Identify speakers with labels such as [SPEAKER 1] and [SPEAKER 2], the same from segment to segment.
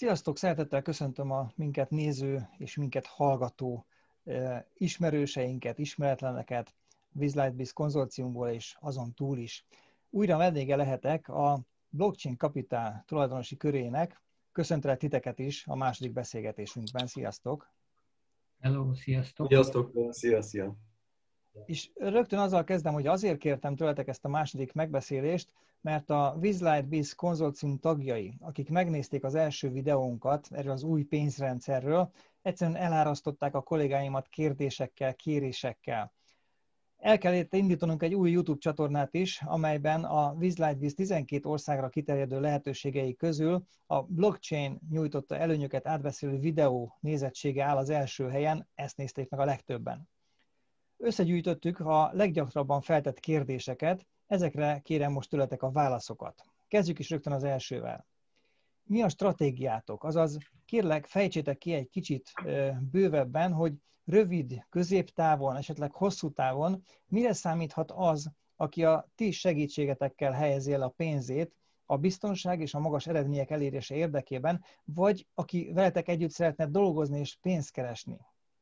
[SPEAKER 1] Sziasztok! Szeretettel köszöntöm a minket néző és minket hallgató ismerőseinket, ismeretleneket WizLightBiz konzorciumból és azon túl is. Újra vendége lehetek a Blockchain Capital tulajdonosi körének. Köszöntelek titeket is a második beszélgetésünkben. Sziasztok!
[SPEAKER 2] Hello, sziasztok!
[SPEAKER 3] Sziasztok! Szia!
[SPEAKER 1] És rögtön azzal kezdem, hogy azért kértem tőletek ezt a második megbeszélést, mert a WizLightBiz konzorcium tagjai, akik megnézték az első videónkat erről az új pénzrendszerről, egyszerűen elárasztották a kollégáimat kérdésekkel, kérésekkel. El kellett indítanunk egy új YouTube csatornát is, amelyben a WizLightBiz 12 országra kiterjedő lehetőségei közül a blockchain nyújtotta előnyöket átbeszélő videó nézettsége áll az első helyen, ezt nézték meg a legtöbben. Összegyűjtöttük a leggyakrabban feltett kérdéseket, ezekre kérem most tőletek a válaszokat. Kezdjük is rögtön az elsővel. Mi a stratégiátok? Azaz kérlek fejtsétek ki egy kicsit bővebben, hogy rövid, középtávon, esetleg hosszú távon mire számíthat az, aki a ti segítségetekkel helyezi el a pénzét a biztonság és a magas eredmények elérése érdekében, vagy aki veletek együtt szeretne dolgozni és pénzt keresni?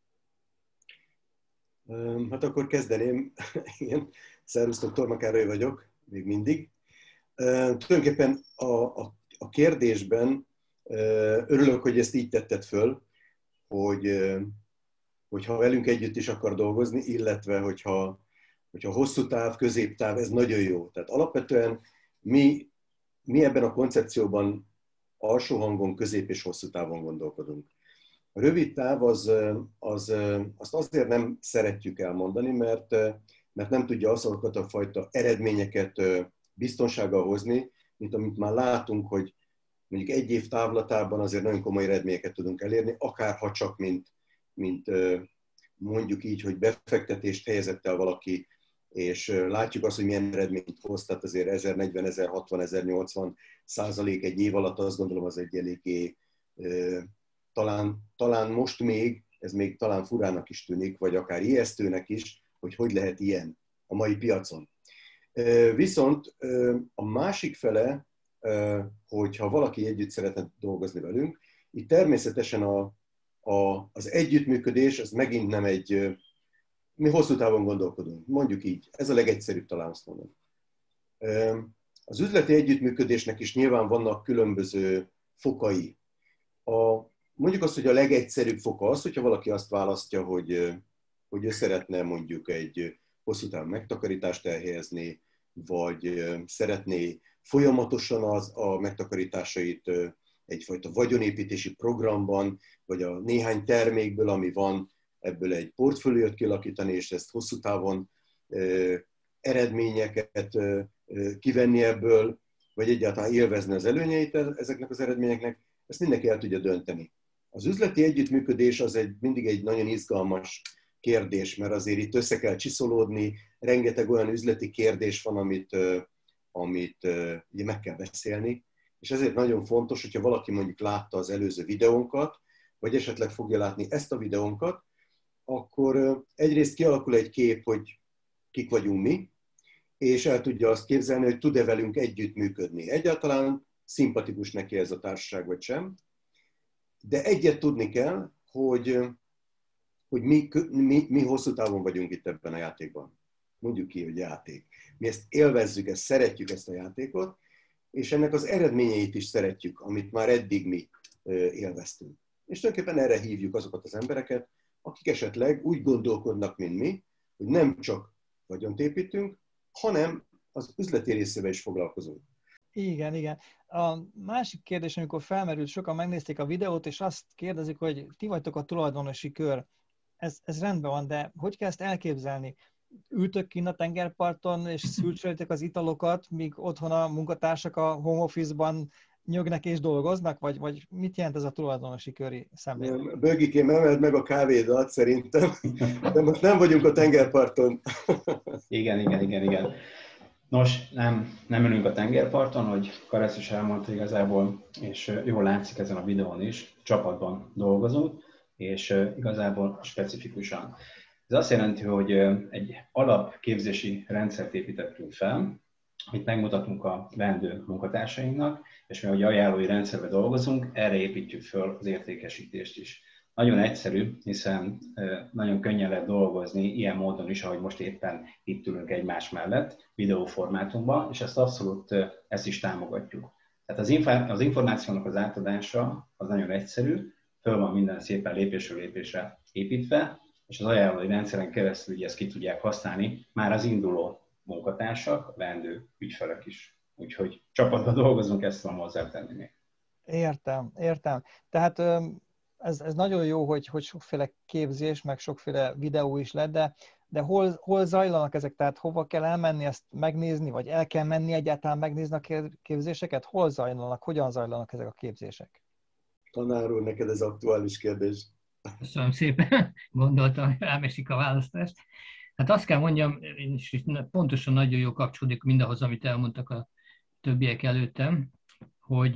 [SPEAKER 3] Hát akkor kezdeném. Igen. Szervusztok, Torma Károly vagyok, még mindig. Tulajdonképpen a kérdésben örülök, hogy ezt így tetted föl, hogyha velünk együtt is akar dolgozni, illetve hogyha hosszú táv, középtáv, ez nagyon jó. Tehát alapvetően mi ebben a koncepcióban alsó hangon, közép és hosszú távon gondolkodunk. A rövid táv azt azért nem szeretjük elmondani, mert nem tudja azokat a fajta eredményeket biztonsággal hozni, mint amit már látunk, hogy mondjuk egy év távlatában azért nagyon komoly eredményeket tudunk elérni, akárha csak mint mondjuk így, hogy befektetést helyezett el valaki, és látjuk azt, hogy milyen eredményt hoz, tehát azért 1040, 1060, 1080% egy év alatt, azt gondolom az egy eléggé talán most még, ez még talán furának is tűnik, vagy akár ijesztőnek is, hogy lehet ilyen a mai piacon. Viszont a másik fele, hogyha valaki együtt szeretne dolgozni velünk, itt természetesen az együttműködés, ez megint nem mi hosszú távon gondolkodunk, mondjuk így, ez a legegyszerűbb talán azt mondom. Az üzleti együttműködésnek is nyilván vannak különböző fokai. Mondjuk azt, hogy a legegyszerűbb foka az, hogyha valaki azt választja, hogy ő szeretne mondjuk egy hosszú távú megtakarítást elhelyezni, vagy szeretné folyamatosan a megtakarításait egyfajta vagyonépítési programban, vagy a néhány termékből, ami van, ebből egy portfóliót kialakítani, és ezt hosszú távon eredményeket kivenni ebből, vagy egyáltalán élvezni az előnyeit ezeknek az eredményeknek, ezt mindenki el tudja dönteni. Az üzleti együttműködés az mindig egy nagyon izgalmas kérdés, mert azért itt össze kell csiszolódni, rengeteg olyan üzleti kérdés van, amit ugye meg kell beszélni, és ezért nagyon fontos, hogyha valaki mondjuk látta az előző videónkat, vagy esetleg fogja látni ezt a videónkat, akkor egyrészt kialakul egy kép, hogy kik vagyunk mi, és el tudja azt képzelni, hogy tud-e velünk együttműködni. Egyáltalán szimpatikus neki ez a társaság, vagy sem. De egyet tudni kell, hogy mi hosszú távon vagyunk itt ebben a játékban. Mondjuk ki, hogy játék. Mi ezt élvezzük, szeretjük ezt a játékot, és ennek az eredményeit is szeretjük, amit már eddig mi élveztünk. És tulajdonképpen erre hívjuk azokat az embereket, akik esetleg úgy gondolkodnak, mint mi, hogy nem csak vagyont építünk, hanem az üzleti részével is foglalkozunk.
[SPEAKER 1] Igen. A másik kérdés, amikor felmerült, sokan megnézték a videót, és azt kérdezik, hogy ti vagytok a tulajdonosi kör. Ez rendben van, de hogy kell ezt elképzelni? Ültök kint a tengerparton, és szülcsölitek az italokat, míg otthon a munkatársak a home office-ban nyögnek és dolgoznak? Vagy mit jelent ez a tulajdonosi köri szemlélet?
[SPEAKER 3] Bögikém, emeld meg a kávédat szerintem, de most nem vagyunk a tengerparton.
[SPEAKER 2] Igen. Nos, nem ülünk a tengerparton, hogy Karesz is elmondta igazából, és jól látszik ezen a videón is, csapatban dolgozunk, és igazából specifikusan. Ez azt jelenti, hogy egy alapképzési rendszert építettünk fel, amit megmutatunk a vendő munkatársainknak, és mi, ahogy ajánlói rendszerben dolgozunk, erre építjük föl az értékesítést is. Nagyon egyszerű, hiszen nagyon könnyen lehet dolgozni ilyen módon is, ahogy most éppen itt ülünk egymás mellett, videóformátumban, és ezt is támogatjuk. Tehát az információnak az átadása az nagyon egyszerű, föl van minden szépen lépésről lépésre építve, és az ajánlói rendszeren keresztül ugye ezt ki tudják használni már az induló munkatársak, a vendő ügyfelek is. Úgyhogy csapatban dolgozunk, ezt tudom hozzátenni még.
[SPEAKER 1] Értem. Tehát ez nagyon jó, hogy sokféle képzés, meg sokféle videó is lett, de hol zajlanak ezek? Tehát hova kell elmenni ezt megnézni, vagy el kell menni egyáltalán megnézni a képzéseket? Hol zajlanak, hogyan zajlanak ezek a képzések?
[SPEAKER 3] Tanár úr, neked ez aktuális kérdés.
[SPEAKER 4] Köszönöm szépen, gondoltam, hogy elmesik a választást. Hát azt kell mondjam, és pontosan nagyon jó kapcsolódik mindahhoz, amit elmondtak a többiek előttem, hogy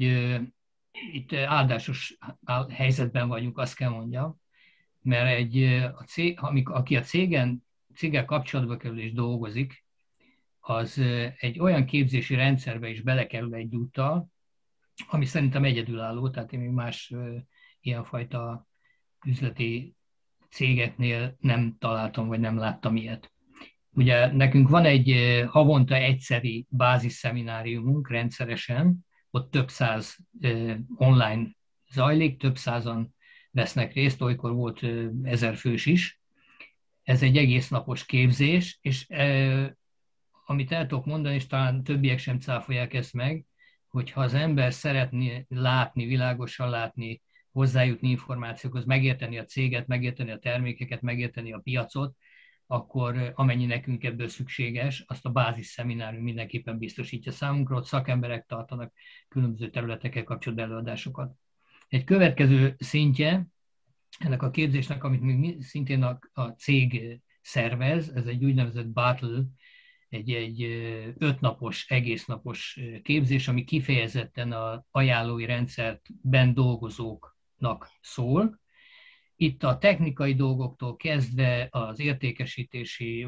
[SPEAKER 4] itt áldásos helyzetben vagyunk, azt kell mondjam, mert aki a céggel kapcsolatba kerül és dolgozik, az egy olyan képzési rendszerbe is belekerül egyúttal, ami szerintem egyedülálló, tehát én még más ilyenfajta üzleti cégeknél nem találtam, vagy nem láttam ilyet. Ugye nekünk van egy havonta egyszeri bázisszemináriumunk rendszeresen, ott több száz online zajlik, több százan vesznek részt, olykor volt 1000 fős is. Ez egy egész napos képzés, és amit el tudok mondani, és talán többiek sem cáfolják ezt meg, hogyha az ember szeretné látni, világosan látni, hozzájutni információkhoz, megérteni a céget, megérteni a termékeket, megérteni a piacot, akkor amennyi nekünk ebből szükséges, azt a bázis szeminárium mindenképpen biztosítja számunkra, ott szakemberek tartanak különböző területekkel kapcsolatban előadásokat. Egy következő szintje ennek a képzésnek, amit még szintén a cég szervez, ez egy úgynevezett battle, egy 5 napos, egész napos képzés, ami kifejezetten az ajánlói rendszerben dolgozóknak szól. Itt a technikai dolgoktól kezdve az értékesítési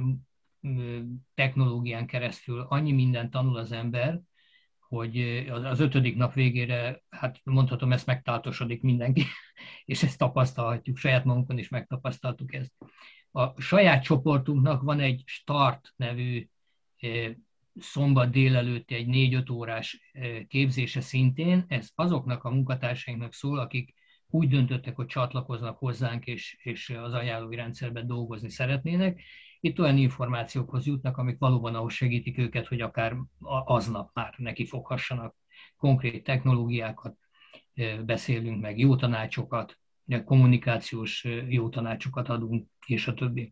[SPEAKER 4] technológián keresztül annyi mindent tanul az ember, hogy az 5. nap végére, hát mondhatom, ezt megtáltosodik mindenki, és ezt tapasztalhatjuk, saját magunkon is megtapasztaltuk ezt. A saját csoportunknak van egy Start nevű szombat délelőtti egy 4-5 órás képzése szintén, ez azoknak a munkatársainknak szól, akik úgy döntöttek, hogy csatlakoznak hozzánk, és az ajánlói rendszerben dolgozni szeretnének. Itt olyan információkhoz jutnak, amik valóban ahhoz segítik őket, hogy akár aznap már nekifoghassanak. Konkrét technológiákat beszélünk meg, jó tanácsokat, kommunikációs jó tanácsokat adunk, és a többi.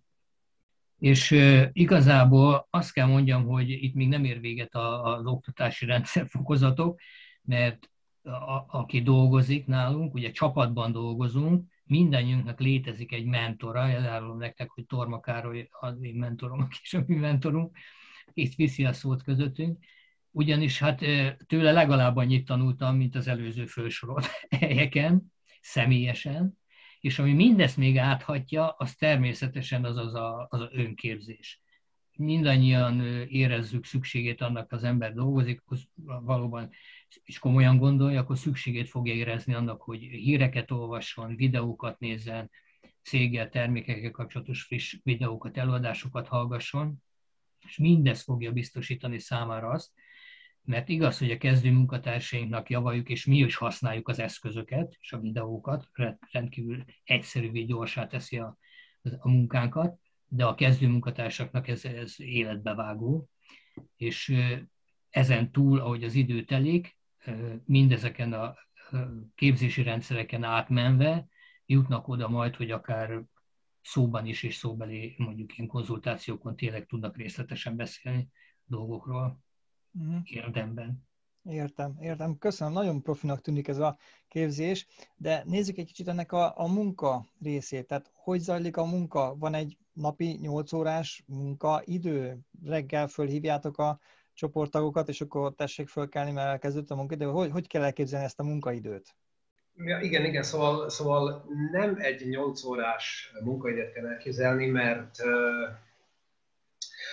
[SPEAKER 4] És igazából azt kell mondjam, hogy itt még nem ér véget az oktatási rendszerfokozatok, mert aki dolgozik nálunk, ugye csapatban dolgozunk, mindannyiunknak létezik egy mentora, elárulom nektek, hogy Torma Károly az én mentorom, aki is a mi mentorunk, itt viszi a szót közöttünk, ugyanis hát tőle legalább annyit tanultam, mint az előző felsorolt helyeken, személyesen, és ami mindezt még áthatja, az természetesen az önképzés. Mindannyian érezzük szükségét annak, az ember dolgozik, valóban és komolyan gondolja, akkor szükségét fogja érezni annak, hogy híreket olvasson, videókat nézzen, céggel, termékekkel kapcsolatos friss videókat, előadásokat hallgasson, és mindez fogja biztosítani számára azt, mert igaz, hogy a kezdő munkatársainknak javaljuk, és mi is használjuk az eszközöket és a videókat, rendkívül egyszerűvé, gyorsá teszi a munkánkat, de a kezdő munkatársaknak ez életbevágó, és ezen túl, ahogy az idő telik, mindezeken a képzési rendszereken átmenve jutnak oda majd, hogy akár szóban is és szóbeli mondjuk ilyen konzultációkon tényleg tudnak részletesen beszélni dolgokról érdemben.
[SPEAKER 1] Értem. Köszönöm, nagyon profinak tűnik ez a képzés, de nézzük egy kicsit ennek a munka részét. Tehát hogy zajlik a munka? Van egy napi 8 órás munkaidő? Reggel fölhívjátok a csoporttagokat, és akkor tessék fölkelni, mert elkezdődött a munkaidő. Hogy kell elképzelni ezt a munkaidőt?
[SPEAKER 5] Ja, igen, szóval nem egy 8 órás munkaidőt kell elképzelni, mert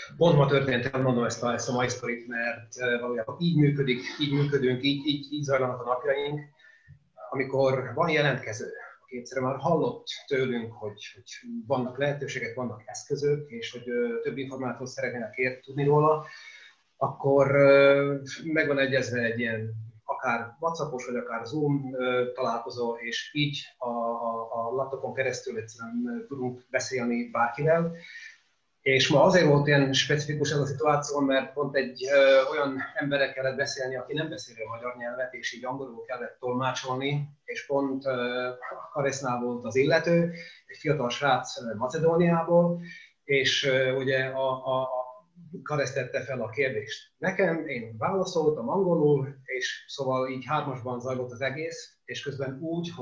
[SPEAKER 5] Pont ma történt, elmondom ezt a mai sztorit, mert valójában így működünk, így zajlanak a napjaink, amikor van jelentkező, aki egyszerűen már hallott tőlünk, hogy vannak lehetőségek, vannak eszközök, és hogy több információt szeretnének tudni róla, akkor meg van egyezve egy ilyen akár WhatsAppos, vagy akár Zoom találkozó, és így a laptopon keresztül egyszerűen tudunk beszélni bárkivel. És ma azért volt ilyen specifikus ez a szituáció, mert pont egy olyan emberrel kellett beszélni, aki nem beszéli a magyar nyelvet, és így angolul kellett tolmácsolni, és pont Karesznál volt az illető, egy fiatal srác Macedóniából, és ugye a Karesz tette fel a kérdést nekem, én válaszoltam angolul, és szóval így hármasban zajlott az egész, és közben úgy,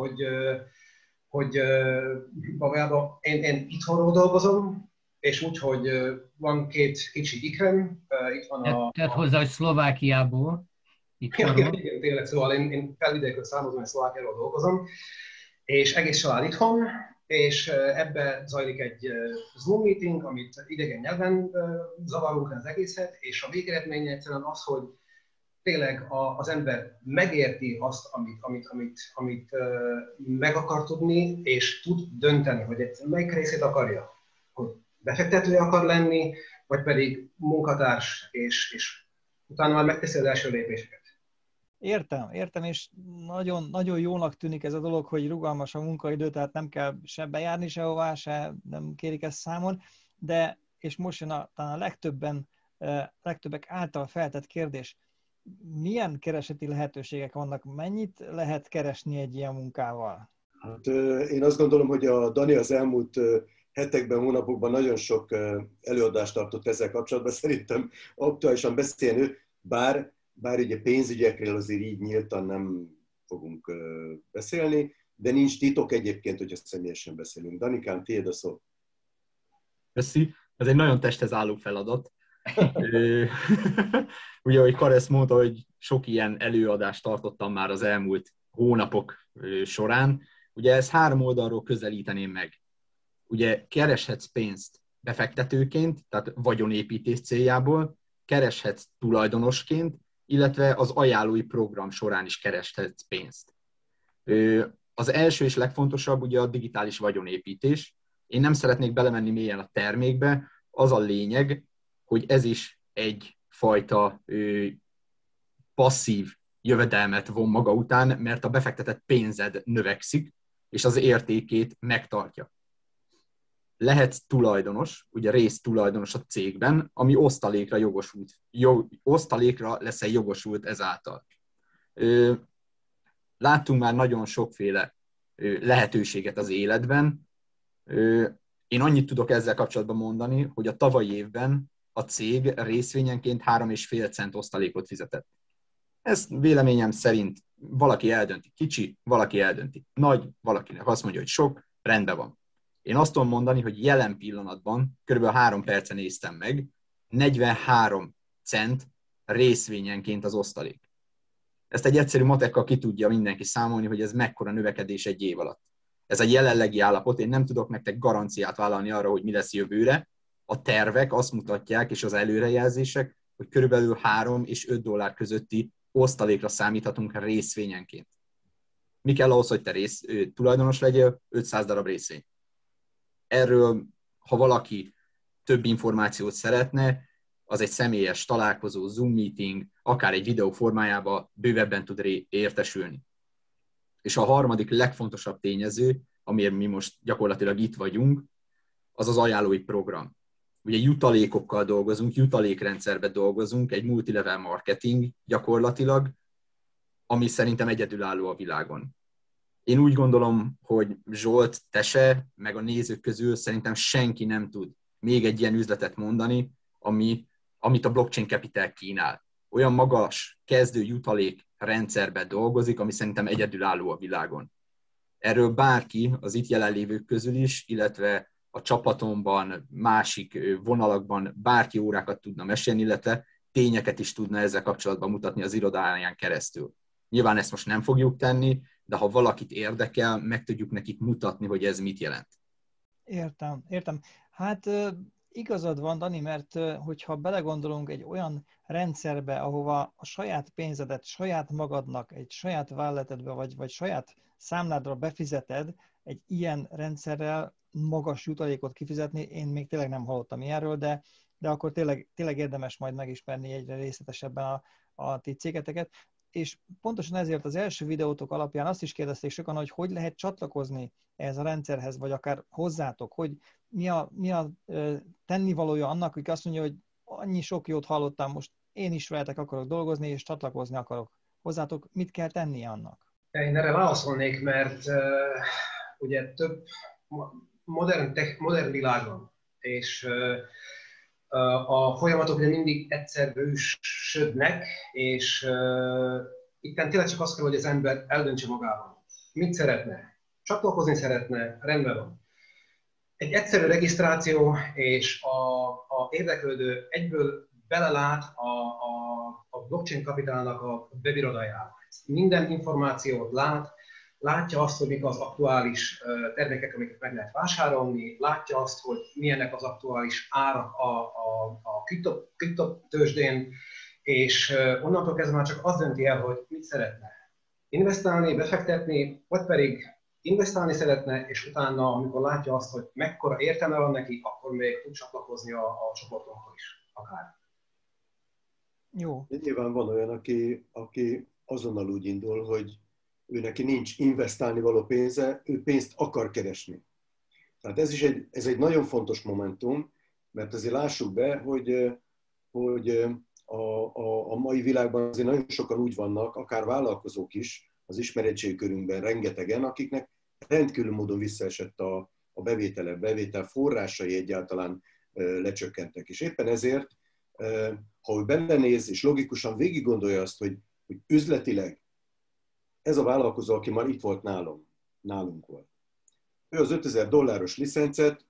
[SPEAKER 5] hogy valójában én itthonról dolgozom, és úgy, hogy van két kicsi ikrem, itt van a...
[SPEAKER 4] Tehát hozzá, hogy Szlovákiából, itthonról.
[SPEAKER 5] Igen, tényleg, szóval én Felvidékről származom, és Szlovákiáról dolgozom, és egész család itthon, és ebbe zajlik egy Zoom meeting, amit idegen nyelven zavarunk az egészet, és a végeredménye egyszerűen az, hogy tényleg az ember megérti azt, amit meg akar tudni, és tud dönteni, hogy melyik részét akarja, hogy befektető akar lenni, vagy pedig munkatárs, és utána már megteszi az első lépéseket.
[SPEAKER 1] Értem, és nagyon, nagyon jónak tűnik ez a dolog, hogy rugalmas a munkaidő, tehát nem kell se bejárni sehová, se nem kérik ezt számon, de, és most jön talán a legtöbbek által feltett kérdés, milyen kereseti lehetőségek vannak, mennyit lehet keresni egy ilyen munkával?
[SPEAKER 3] Hát, én azt gondolom, hogy a Dani az elmúlt hetekben, hónapokban nagyon sok előadást tartott ezzel kapcsolatban, szerintem aktuálisan beszélni, bár ugye pénzügyekről azért így nyíltan nem fogunk beszélni, de nincs titok egyébként, hogyha személyesen beszélünk. Danikám, tiéd a szó.
[SPEAKER 6] Köszi. Ez egy nagyon testhez álló feladat. Ugye, ahogy Karesz mondta, hogy sok ilyen előadást tartottam már az elmúlt hónapok során. Ugye ezt 3 oldalról közelíteném meg. Ugye kereshetsz pénzt befektetőként, tehát vagyonépítés céljából, kereshetsz tulajdonosként, illetve az ajánlói program során is kereshetsz pénzt. Az első és legfontosabb ugye a digitális vagyonépítés. Én nem szeretnék belemenni mélyen a termékbe, az a lényeg, hogy ez is egyfajta passzív jövedelmet von maga után, mert a befektetett pénzed növekszik, és az értékét megtartja. Lehetsz tulajdonos, ugye résztulajdonos a cégben, ami osztalékra leszel jogosult ezáltal. Láttunk már nagyon sokféle lehetőséget az életben. Én annyit tudok ezzel kapcsolatban mondani, hogy a tavalyi évben a cég részvényenként 3,5 cent osztalékot fizetett. Ez véleményem szerint valaki eldönti kicsi, valaki eldönti nagy, valakinek azt mondja, hogy sok, rendben van. Én azt tudom mondani, hogy jelen pillanatban, kb. 3 percen néztem meg, 43 cent részvényenként az osztalék. Ezt egy egyszerű matekkal ki tudja mindenki számolni, hogy ez mekkora növekedés egy év alatt. Ez a jelenlegi állapot, én nem tudok nektek garanciát vállalni arra, hogy mi lesz jövőre. A tervek azt mutatják, és az előrejelzések, hogy körülbelül 3 és 5 dollár közötti osztalékra számíthatunk részvényenként. Mi kell ahhoz, hogy te tulajdonos legyél? 500 darab részvény. Erről, ha valaki több információt szeretne, az egy személyes találkozó, Zoom meeting, akár egy videó formájában bővebben tud értesülni. És a harmadik legfontosabb tényező, amiért mi most gyakorlatilag itt vagyunk, az az ajánlói program. Ugye jutalékokkal dolgozunk, jutalékrendszerben dolgozunk, egy multilevel marketing gyakorlatilag, ami szerintem egyedülálló a világon. Én úgy gondolom, hogy Zsolt, te se, meg a nézők közül szerintem senki nem tud még egy ilyen üzletet mondani, amit a Blockchain Capital kínál. Olyan magas kezdő jutalék rendszerben dolgozik, ami szerintem egyedülálló a világon. Erről bárki az itt jelenlévők közül is, illetve a csapatomban, másik vonalakban bárki órákat tudna mesélni, illetve tényeket is tudna ezzel kapcsolatban mutatni az irodáján keresztül. Nyilván ezt most nem fogjuk tenni, de ha valakit érdekel, meg tudjuk nekik mutatni, hogy ez mit jelent.
[SPEAKER 1] Értem. Hát igazad van, Dani, mert hogyha belegondolunk egy olyan rendszerbe, ahova a saját pénzedet saját magadnak, egy saját vállalatedbe, vagy saját számládra befizeted, egy ilyen rendszerrel magas jutalékot kifizetni, én még tényleg nem hallottam ilyenről, de akkor tényleg érdemes majd megismerni egyre részletesebben a ti cégeteket. És pontosan ezért az első videótok alapján azt is kérdezték sokan, hogy lehet csatlakozni ehhez a rendszerhez, vagy akár hozzátok, hogy mi a tennivalója annak, hogy azt mondja, hogy annyi sok jót hallottam, most én is veletek akarok dolgozni, és csatlakozni akarok hozzátok, mit kell tennie annak?
[SPEAKER 5] Én erre válaszolnék, mert ugye több modern világban, és a folyamatok ugye mindig egyszerűsödnek, és itt tényleg csak azt kell, hogy az ember eldöntse magában. Mit szeretne? Csatlakozni szeretne? Rendben van. Egy egyszerű regisztráció, és a érdeklődő egyből belelát a blockchain kapitálnak a webirodájába. Minden információt látja azt, hogy mik az aktuális termékek, amiket meg lehet vásárolni, látja azt, hogy milyenek az aktuális árak a kriptotőzsdén, és onnantól kezdve már csak az dönti el, hogy mit szeretne. Investálni, befektetni, vagy pedig investálni szeretne, és utána, amikor látja azt, hogy mekkora értelme van neki, akkor még tud csatlakozni a csoportunkhoz is, akár.
[SPEAKER 1] Jó.
[SPEAKER 3] De nyilván van olyan, aki azonnal úgy indul, hogy ő neki nincs investálni való pénze, ő pénzt akar keresni. Tehát ez egy nagyon fontos momentum, mert azért lássuk be, hogy a mai világban azért nagyon sokan úgy vannak, akár vállalkozók is, az ismeretségkörünkben rengetegen, akiknek rendkívül módon visszaesett a bevétel forrásai egyáltalán lecsökkentek. És éppen ezért, ha ő belenéz és logikusan végig gondolja azt, hogy üzletileg ez a vállalkozó, aki már itt volt nálunk volt. Ő az $5000 licencet,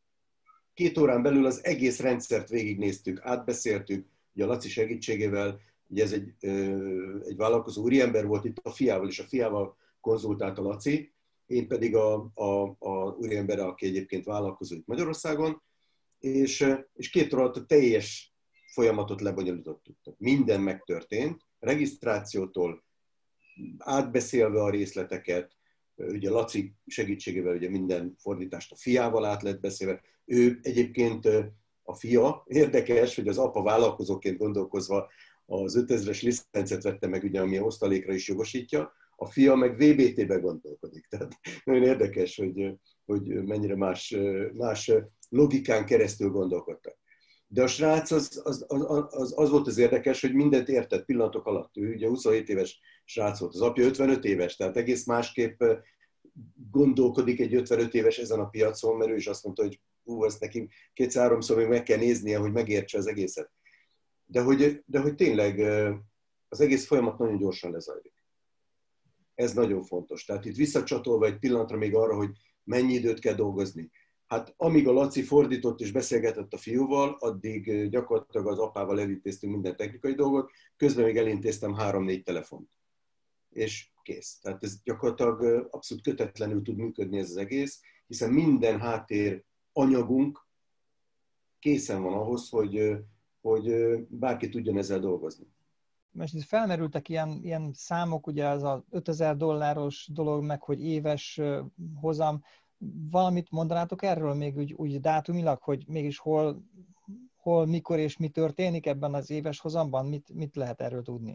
[SPEAKER 3] 2 órán belül az egész rendszert végignéztük, átbeszéltük, ugye a Laci segítségével, ugye ez egy vállalkozó úriember volt itt a fiával, és a fiával konzultált a Laci, én pedig a úriemberre, aki egyébként vállalkozó itt Magyarországon, és 2 óra alatt a teljes folyamatot lebonyolítottuk. Minden megtörtént, regisztrációtól, átbeszélve a részleteket, ugye Laci segítségével ugye minden fordítást a fiával át lett beszélve. Ő egyébként a fia, érdekes, hogy az apa vállalkozóként gondolkozva az 5000-es licencet vette meg, ugye, ami a osztalékra is jogosítja, a fia meg VBT-be gondolkodik. Tehát nagyon érdekes, hogy mennyire más logikán keresztül gondolkodtak. De a srác az volt az érdekes, hogy mindent értett pillanatok alatt. Ő ugye 27 éves srác volt, az apja 55 éves, tehát egész másképp gondolkodik egy 55 éves ezen a piacon, mert ő is azt mondta, hogy ezt neki 2-3-szor még meg kell néznie, hogy megértse az egészet. De hogy tényleg az egész folyamat nagyon gyorsan lezajlik. Ez nagyon fontos. Tehát itt visszacsatolva egy pillanatra még arra, hogy mennyi időt kell dolgozni. Hát amíg a Laci fordított és beszélgetett a fiúval, addig gyakorlatilag az apával elintéztünk minden technikai dolgot, közben még elintéztem 3-4 telefont. És kész. Tehát ez gyakorlatilag abszolút kötetlenül tud működni ez az egész, hiszen minden háttér anyagunk készen van ahhoz, hogy bárki tudjon ezzel dolgozni.
[SPEAKER 1] Most itt felmerültek ilyen számok, ugye az a $5000 dolog, meg hogy éves hozam. Valamit mondanátok erről még úgy dátumilag, hogy mégis hol, mikor és mi történik ebben az éves hozamban? Mit lehet erről tudni?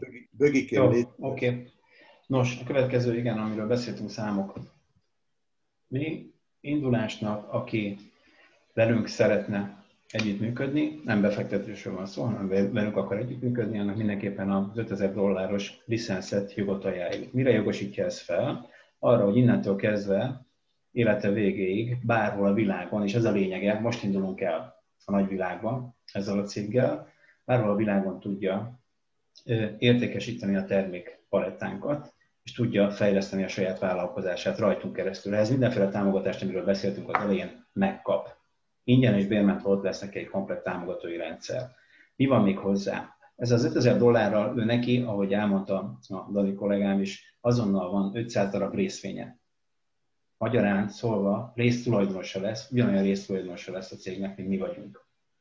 [SPEAKER 2] Oké. Nos, a következő, igen, amiről beszéltünk, számok. Mi indulásnak, aki velünk szeretne együttműködni, nem befektetésről van szó, hanem velünk akar együttműködni, annak mindenképpen az $5000 licenszet jogot ajánljuk. Mire jogosítja ez fel? Arra, hogy innentől kezdve élete végéig, bárhol a világon, és ez a lényege, most indulunk el a nagyvilágban ezzel a céggel, bárhol a világon tudja értékesíteni a termékpalettánkat, és tudja fejleszteni a saját vállalkozását rajtunk keresztül. Ez mindenféle támogatást, amiről beszéltünk az elején, megkap. Ingyen és bérmentve ott lesz neki egy komplett támogatói rendszer. Mi van még hozzá? Ez az $5000 ő neki, ahogy elmondta a Dani kollégám is, azonnal van 500 darab részvénye. Magyarán szólva résztulajdonosa lesz, ugyanolyan résztulajdonosa lesz a cégnek, mint mi vagyunk.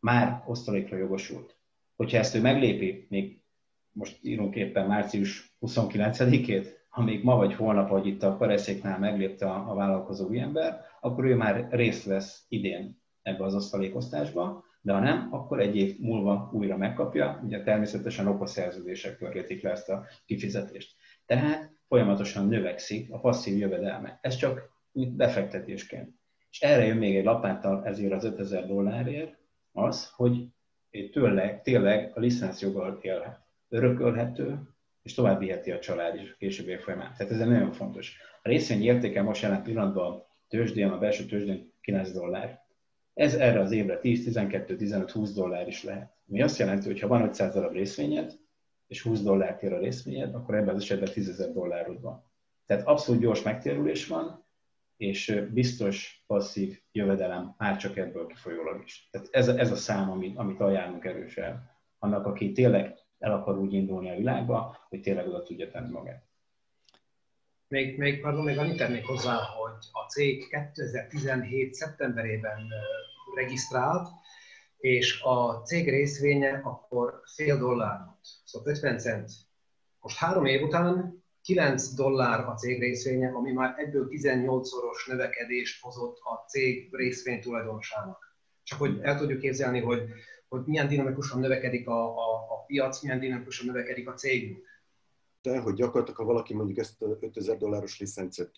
[SPEAKER 2] már osztalékra jogosult. Hogyha ezt ő meglépi, még most írunk éppen március 29-ét, ha még ma vagy holnap, ahogy itt a Kareszéknál meglépte a vállalkozó új ember, akkor ő már részt vesz idén ebbe az osztalékosztásba, de ha nem, akkor egy év múlva újra megkapja, ugye természetesen okoszerződések körítik le ezt a kifizetést. Tehát folyamatosan növekszik a passzív jövedelme. Ez csak befektetésként. És erre jön még egy lapáttal ezért az $5000 az, hogy tényleg a licenszjoggal élhet. Örökölhető, és tovább viheti a család is a későbbiek folyamán. Tehát ez nagyon fontos. A részvény értéke most jelen pillanatban a tőzsdén, a belső tőzsdén $9. Ez erre az évre 10, 12, 15, $20 is lehet. Ami azt jelenti, hogy ha van 500 darab részvényed, és $20 ér a részvényed, akkor ebben az esetben $10,000 van. Tehát abszolút gyors megtérülés van, és biztos passzív jövedelem már csak ebből kifolyólag is. Tehát ez a szám, amit ajánlunk erősen annak, aki tényleg el akar úgy indulni a világba, hogy tényleg oda tudja tenni magát.
[SPEAKER 5] Még annyit tennék hozzá, hogy a cég 2017. szeptemberében regisztrált, és a cég részvénye akkor $0,5 volt, szóval 50 cent. Most 3 év után $9 a cég részvénye, ami már ebből 18-szoros növekedést hozott a cég részvény tulajdonosának. Csak hogy el tudjuk képzelni, hogy milyen dinamikusan növekedik a piac, milyen dinamikusan növekedik a cégünk.
[SPEAKER 3] De hogy gyakorlatilag, ha valaki mondjuk ezt a $5000 licencet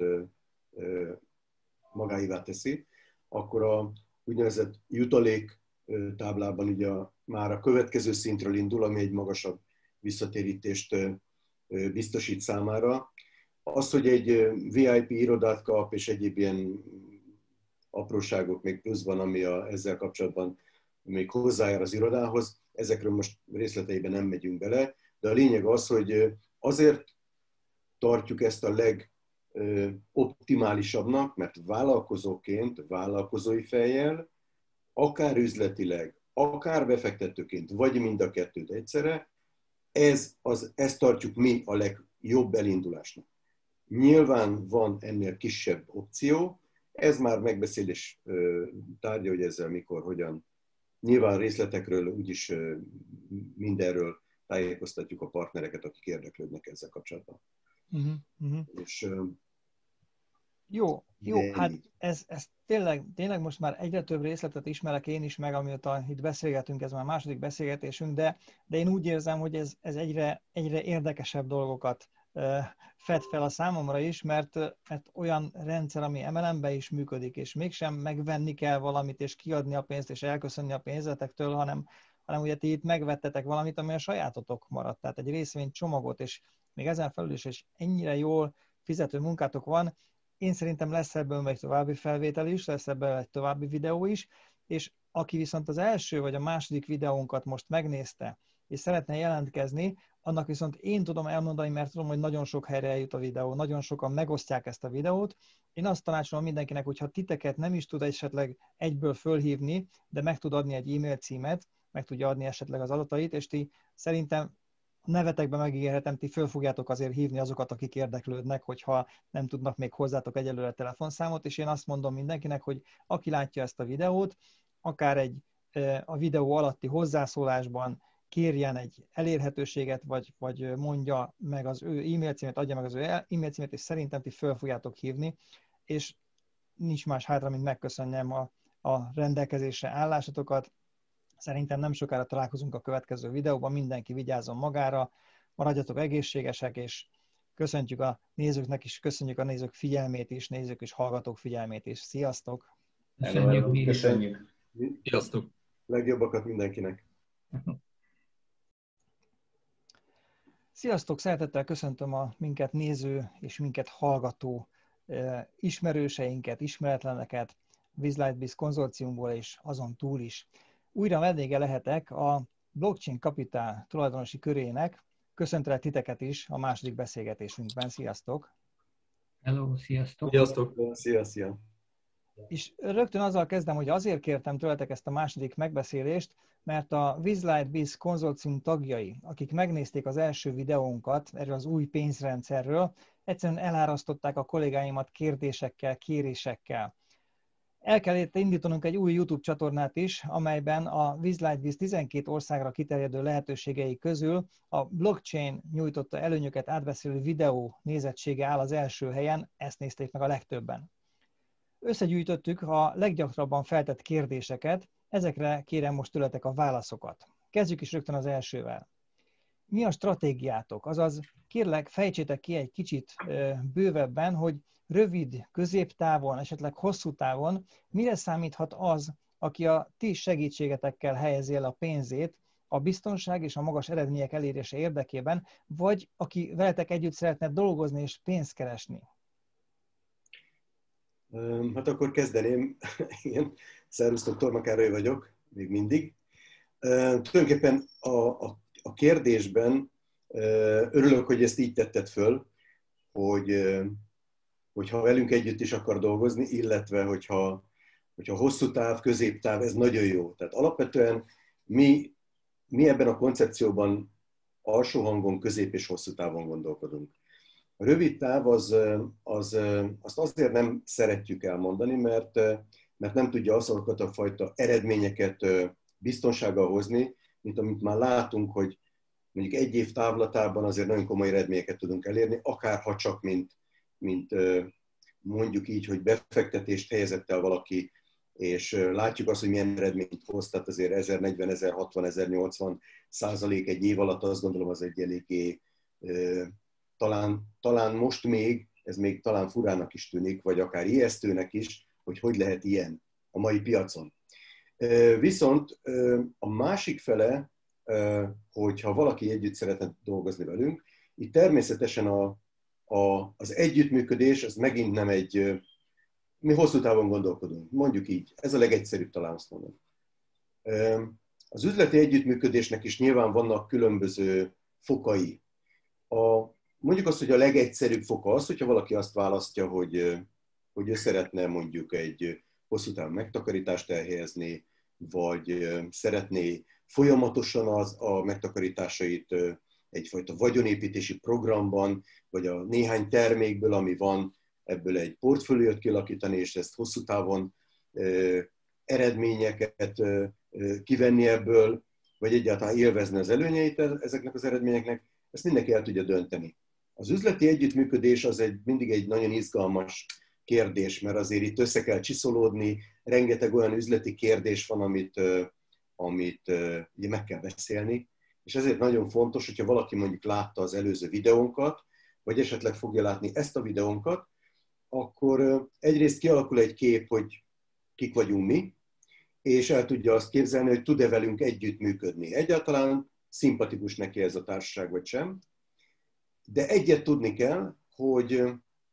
[SPEAKER 3] magáévá teszi, akkor a úgynevezett jutalék táblában ugye már a következő szintről indul, ami egy magasabb visszatérítést biztosít számára. Az, hogy egy VIP irodát kap, és egyéb ilyen apróságok még pluszban, ami ezzel kapcsolatban még hozzájár az irodához, ezekről most részleteiben nem megyünk bele, de a lényeg az, hogy azért tartjuk ezt a legoptimálisabbnak, mert vállalkozóként, vállalkozói fejjel, akár üzletileg, akár befektetőként, vagy mind a kettőt egyszerre, ezt tartjuk mi a legjobb elindulásnak. Nyilván van ennél kisebb opció, ez már megbeszélés tárgya, hogy ezzel mikor, hogyan. Nyilván részletekről úgyis mindenről tájékoztatjuk a partnereket, akik érdeklődnek ezzel kapcsolatban. És,
[SPEAKER 1] jó, hát ez tényleg most már egyre több részletet ismerek én is meg, amióta itt beszélgetünk, ez már a második beszélgetésünk, de én úgy érzem, hogy ez egyre érdekesebb dolgokat fed fel a számomra is, mert olyan rendszer, ami MLM-ben is működik, és mégsem megvenni kell valamit, és kiadni a pénzt, és elköszönni a pénzetektől, hanem ugye ti itt megvettetek valamit, ami a sajátotok maradt, tehát egy részvénycsomagot, és még ezen felül is ennyire jól fizető munkátok van. Én szerintem lesz ebből egy további felvétel is, lesz ebből egy további videó is, és aki viszont az első vagy a második videónkat most megnézte, és szeretne jelentkezni, annak viszont én tudom elmondani, mert tudom, hogy nagyon sok helyre eljut a videó, nagyon sokan megosztják ezt a videót. Én azt tanácsolom mindenkinek, hogy ha titeket nem is tud esetleg egyből fölhívni, de meg tud adni egy e-mail címet, meg tudja adni esetleg az adatait, és ti szerintem a nevetekben megígérhetem, ti föl fogjátok azért hívni azokat, akik érdeklődnek, hogyha nem tudnak még hozzátok egyelőre telefonszámot, és én azt mondom mindenkinek, hogy aki látja ezt a videót, akár a videó alatti hozzászólásban kérjen egy elérhetőséget, vagy mondja meg az ő e-mail címet, adja meg az ő e-mail címet, és szerintem ti föl fogjátok hívni, és nincs más hátra, mint megköszönjem a rendelkezésre állásotokat. Szerintem nem sokára találkozunk a következő videóban, mindenki vigyázzon magára, maradjatok egészségesek, és köszöntjük a nézőknek is, köszönjük a nézők figyelmét is, nézők és hallgatók figyelmét is. Sziasztok!
[SPEAKER 2] Köszönjük!
[SPEAKER 6] Sziasztok!
[SPEAKER 3] Legjobbakat mindenkinek!
[SPEAKER 1] Sziasztok! Szeretettel köszöntöm a minket néző és minket hallgató ismerőseinket, ismeretleneket, Bizlight Biz konzorciumból és azon túl is. Újra vendége lehetek a Blockchain Capital tulajdonosi körének. Köszöntelek titeket is a második beszélgetésünkben. Sziasztok!
[SPEAKER 4] Hello, sziasztok!
[SPEAKER 6] Sziasztok!
[SPEAKER 3] Szia!
[SPEAKER 1] És rögtön azzal kezdem, hogy azért kértem tőletek ezt a második megbeszélést, mert a Bizlight Biz konzorcium tagjai, akik megnézték az első videónkat erről az új pénzrendszerről, egyszerűen elárasztották a kollégáimat kérdésekkel, kérésekkel. El kellett indítanunk egy új YouTube csatornát is, amelyben a Vizslight 12 országra kiterjedő lehetőségei közül a blockchain nyújtotta előnyöket átbeszélő videó nézettsége áll az első helyen, ezt nézték meg a legtöbben. Összegyűjtöttük a leggyakrabban feltett kérdéseket, ezekre kérem most tőletek a válaszokat. Kezdjük is rögtön az elsővel. Mi a stratégiátok? Azaz kérlek fejtsétek ki egy kicsit bővebben, hogy rövid, középtávon, esetleg hosszú távon mire számíthat az, aki a ti segítségetekkel helyezi el a pénzét a biztonság és a magas eredmények elérése érdekében, vagy aki veletek együtt szeretne dolgozni és pénzt keresni?
[SPEAKER 3] Hát akkor kezdeném. Igen. Szervusztok, Torma Károly vagyok, még mindig. Tulajdonképpen a kérdésben örülök, hogy ezt így tetted föl, hogyha velünk együtt is akar dolgozni, illetve hogyha hosszú táv, középtáv, ez nagyon jó. Tehát alapvetően mi ebben a koncepcióban alsó hangon, közép és hosszú távon gondolkodunk. A rövid táv azt azért nem szeretjük elmondani, mert nem tudja azokat a fajta eredményeket biztonsággal hozni, mint amit már látunk, hogy mondjuk egy év távlatában azért nagyon komoly eredményeket tudunk elérni, akárha csak mint mondjuk így, hogy befektetést helyezett el valaki, és látjuk azt, hogy milyen eredményt hoz, tehát azért 1040, 1060, 1080% egy év alatt, azt gondolom az egy eléggé, talán most még, ez még talán furának is tűnik, vagy akár ijesztőnek is, hogy lehet ilyen a mai piacon. Viszont a másik fele, hogyha valaki együtt szeretne dolgozni velünk, itt természetesen az együttműködés, ez megint nem mi hosszú távon gondolkodunk, mondjuk így, ez a legegyszerűbb, talán azt mondom. Az üzleti együttműködésnek is nyilván vannak különböző fokai. Mondjuk azt, hogy a legegyszerűbb foka az, hogyha valaki azt választja, hogy ő szeretne mondjuk egy hosszú távú megtakarítást elhelyezni, vagy szeretné folyamatosan a megtakarításait egyfajta vagyonépítési programban, vagy a néhány termékből, ami van, ebből egy portfóliót kialakítani, és ezt hosszú távon eredményeket kivenni ebből, vagy egyáltalán élvezni az előnyeit ezeknek az eredményeknek, ezt mindenki el tudja dönteni. Az üzleti együttműködés az mindig egy nagyon izgalmas kérdés, mert azért itt össze kell csiszolódni, rengeteg olyan üzleti kérdés van, amit ugye meg kell beszélni, és ezért nagyon fontos, hogyha valaki mondjuk látta az előző videónkat, vagy esetleg fogja látni ezt a videónkat, akkor egyrészt kialakul egy kép, hogy kik vagyunk mi, és el tudja azt képzelni, hogy tud-e velünk együttműködni. Egyáltalán szimpatikus neki ez a társaság, vagy sem. De egyet tudni kell, hogy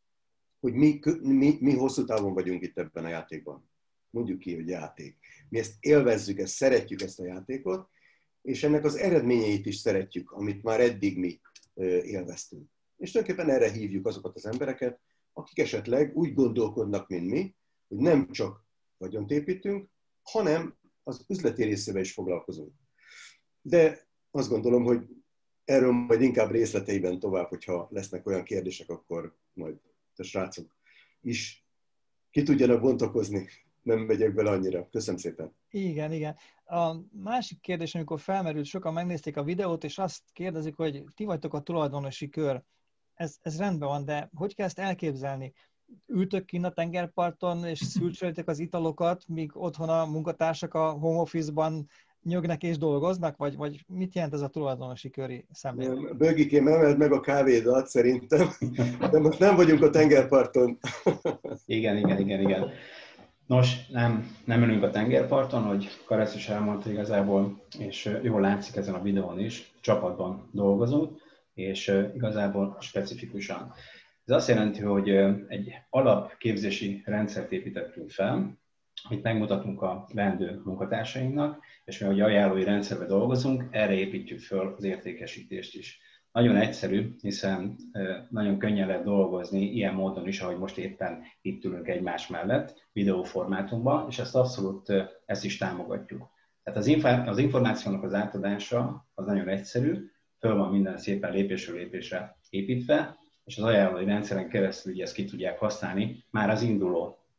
[SPEAKER 3] mi hosszú távon vagyunk itt ebben a játékban. Mondjuk ki, hogy játék. Mi ezt élvezzük, szeretjük ezt a játékot, és ennek az eredményeit is szeretjük, amit már eddig mi élveztünk. És tulajdonképpen erre hívjuk azokat az embereket, akik esetleg úgy gondolkodnak, mint mi, hogy nem csak vagyont építünk, hanem az üzleti részével is foglalkozunk. De azt gondolom, hogy erről majd inkább részleteiben tovább, hogyha lesznek olyan kérdések, akkor majd a srácok is ki tudjanak bontakozni. Nem megyek bele annyira. Köszönöm szépen.
[SPEAKER 1] Igen. A másik kérdés, amikor felmerült, sokan megnézték a videót, és azt kérdezik, hogy ti vagytok a tulajdonosi kör. Ez rendben van, de hogy kell ezt elképzelni? Ültök kint a tengerparton, és szülcsölitek az italokat, míg otthon a munkatársak a home office-ban nyögnek és dolgoznak? Vagy mit jelent ez a tulajdonosi köri szemlélet?
[SPEAKER 3] Bögikém, emeld meg a kávédat szerintem, de most nem vagyunk a tengerparton.
[SPEAKER 2] Igen. Nos, nem ülünk a tengerparton, hogy Karesz is elmondta igazából, és jól látszik ezen a videón is, csapatban dolgozunk, és igazából specifikusan. Ez azt jelenti, hogy egy alapképzési rendszert építettünk fel, amit megmutatunk a leendő munkatársainknak, és mi, ahogy ajánlói rendszerben dolgozunk, erre építjük föl az értékesítést is. Nagyon egyszerű, hiszen nagyon könnyen lehet dolgozni ilyen módon is, ahogy most éppen itt ülünk egymás mellett, videóformátumban, és ezt is támogatjuk. Tehát az információnak az átadása az nagyon egyszerű, föl van minden szépen lépésről lépésre építve, és az ajánlói rendszeren keresztül ugye ezt ki tudják használni már az induló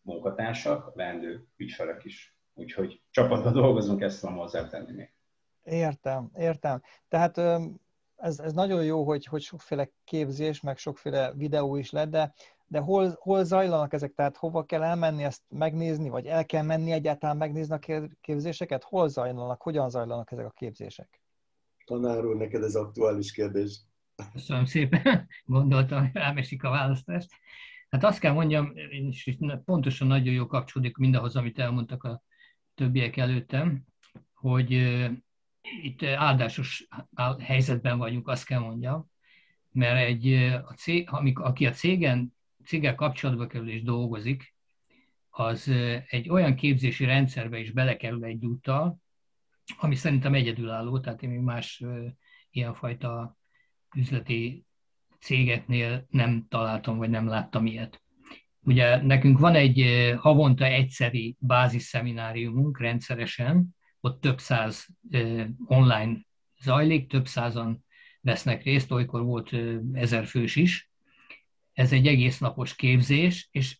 [SPEAKER 2] munkatársak, leendő ügyfelek is. Úgyhogy csapatban dolgozunk, ezt tudom hozzátenni még.
[SPEAKER 1] Értem. Tehát ez nagyon jó, hogy sokféle képzés, meg sokféle videó is lett, de hol zajlanak ezek? Tehát hova kell elmenni ezt megnézni, vagy el kell menni egyáltalán megnézni a képzéseket? Hol zajlanak, hogyan zajlanak ezek a képzések?
[SPEAKER 3] Tanár úr, neked ez aktuális kérdés.
[SPEAKER 4] Köszönöm szépen, gondoltam, hogy rámesik a választást. Hát azt kell mondjam, és pontosan nagyon jó kapcsolódik mindahhoz, amit elmondtak a többiek előttem, hogy itt áldásos helyzetben vagyunk, azt kell mondjam, mert aki a céggel kapcsolatba kerül és dolgozik, az egy olyan képzési rendszerbe is belekerül egyúttal, ami szerintem egyedülálló, tehát én még más ilyenfajta üzleti cégeknél nem találtam, vagy nem láttam ilyet. Ugye nekünk van egy havonta egyszeri bázisszemináriumunk rendszeresen, ott több száz online zajlik, több százan vesznek részt, olykor volt 1000 fős is. Ez egy egész napos képzés, és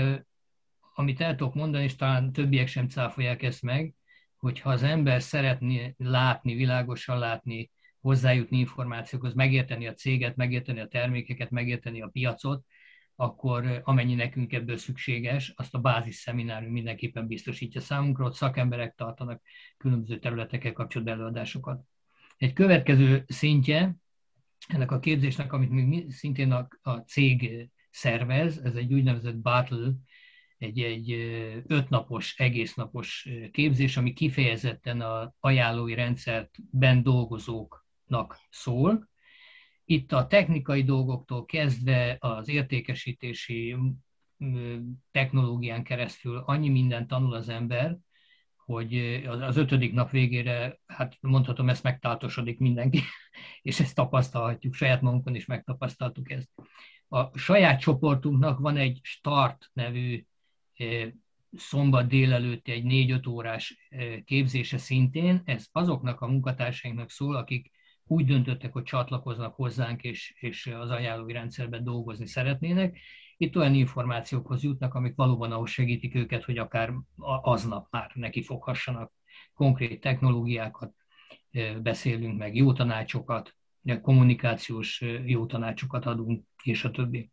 [SPEAKER 4] amit el tudok mondani, és talán többiek sem cáfolják ezt meg, hogyha az ember szeretné látni, világosan látni, hozzájutni információkhoz, megérteni a céget, megérteni a termékeket, megérteni a piacot, akkor amennyi nekünk ebből szükséges, azt a bázis szeminárium mindenképpen biztosítja számunkra, ott szakemberek tartanak különböző területekkel kapcsolatban előadásokat. Egy következő szintje ennek a képzésnek, amit még szintén a cég szervez, ez egy úgynevezett battle, egy 5 napos, egész napos képzés, ami kifejezetten az ajánlói rendszerben dolgozóknak szól. Itt a technikai dolgoktól kezdve az értékesítési technológián keresztül annyi mindent tanul az ember, hogy az 5. nap végére, hát mondhatom, ezt megtáltosodik mindenki, és ezt tapasztalhatjuk, saját magunkon is megtapasztaltuk ezt. A saját csoportunknak van egy Start nevű szombat délelőtti egy 4-5 órás képzése szintén, ez azoknak a munkatársainknak szól, akik úgy döntöttek, hogy csatlakoznak hozzánk, és az ajánlói rendszerben dolgozni szeretnének. Itt olyan információkhoz jutnak, amik valóban ahhoz segítik őket, hogy akár aznap már nekifoghassanak. Konkrét technológiákat beszélünk meg, jó tanácsokat, kommunikációs jó tanácsokat adunk, és a többi.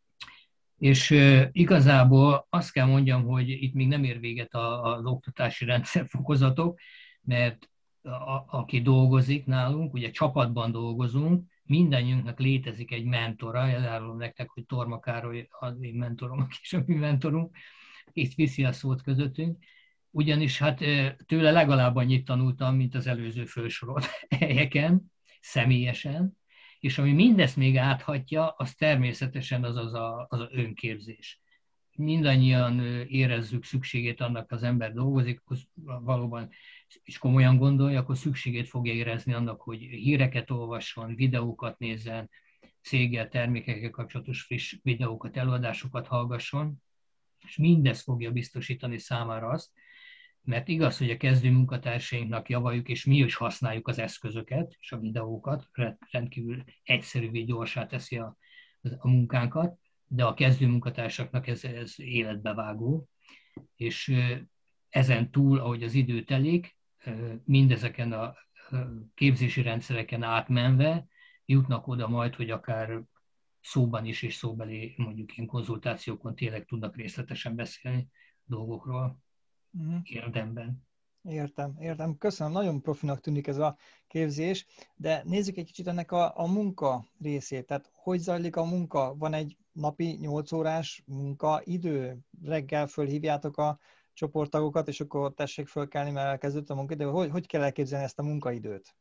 [SPEAKER 4] És igazából azt kell mondjam, hogy itt még nem ér véget az oktatási rendszerfokozatok, mert aki dolgozik nálunk, ugye csapatban dolgozunk, mindannyiunknak létezik egy mentora, elárulom nektek, hogy Torma Károly az én mentorom, aki is a mi mentorunk, itt viszi a szót közöttünk, ugyanis hát tőle legalább annyit tanultam, mint az előző felsorolt helyeken, személyesen, és ami mindezt még áthatja, az természetesen az önképzés. Mindannyian érezzük szükségét annak, az ember dolgozik, valóban, és komolyan gondolja, akkor szükségét fogja érezni annak, hogy híreket olvasson, videókat nézzen, céggel, termékekkel kapcsolatos friss videókat, előadásokat hallgasson, és mindezt fogja biztosítani számára azt, mert igaz, hogy a kezdő munkatársainknak javaljuk, és mi is használjuk az eszközöket és a videókat, rendkívül egyszerűvé, gyorsá teszi a munkánkat, de a kezdő munkatársaknak ez életbevágó, és ezen túl, ahogy az idő telik, mindezeken a képzési rendszereken átmenve jutnak oda majd, hogy akár szóban is és szóbeli mondjuk ilyen konzultációkon tényleg tudnak részletesen beszélni dolgokról érdemben.
[SPEAKER 1] Értem. Köszönöm, nagyon profinak tűnik ez a képzés, de nézzük egy kicsit ennek a munka részét. Tehát hogy zajlik a munka? Van egy napi 8 órás munkaidő? Reggel fölhívjátok a csoporttagokat, és akkor tessék fölkelni, mert elkezdődött a munkaidő. Hogy kell elképzelni ezt a munkaidőt?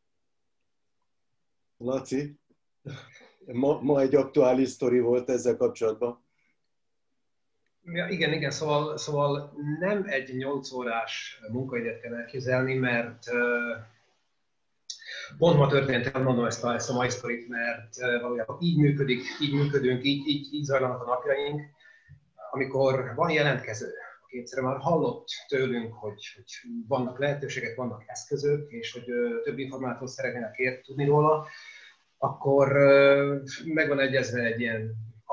[SPEAKER 3] Laci, ma egy aktuális sztori volt ezzel kapcsolatban.
[SPEAKER 5] Ja, igen, szóval nem egy 8 órás munkaidőt kell elképzelni, mert pont ma történt, elmondom ezt a mai sztorit, mert valójában így működünk, így zajlanak a napjaink, amikor van jelentkező, aki egyszerűen már hallott tőlünk, hogy vannak lehetőségek, vannak eszközök, és hogy több információt szeretnének tudni róla, akkor meg van egyezve egy ilyen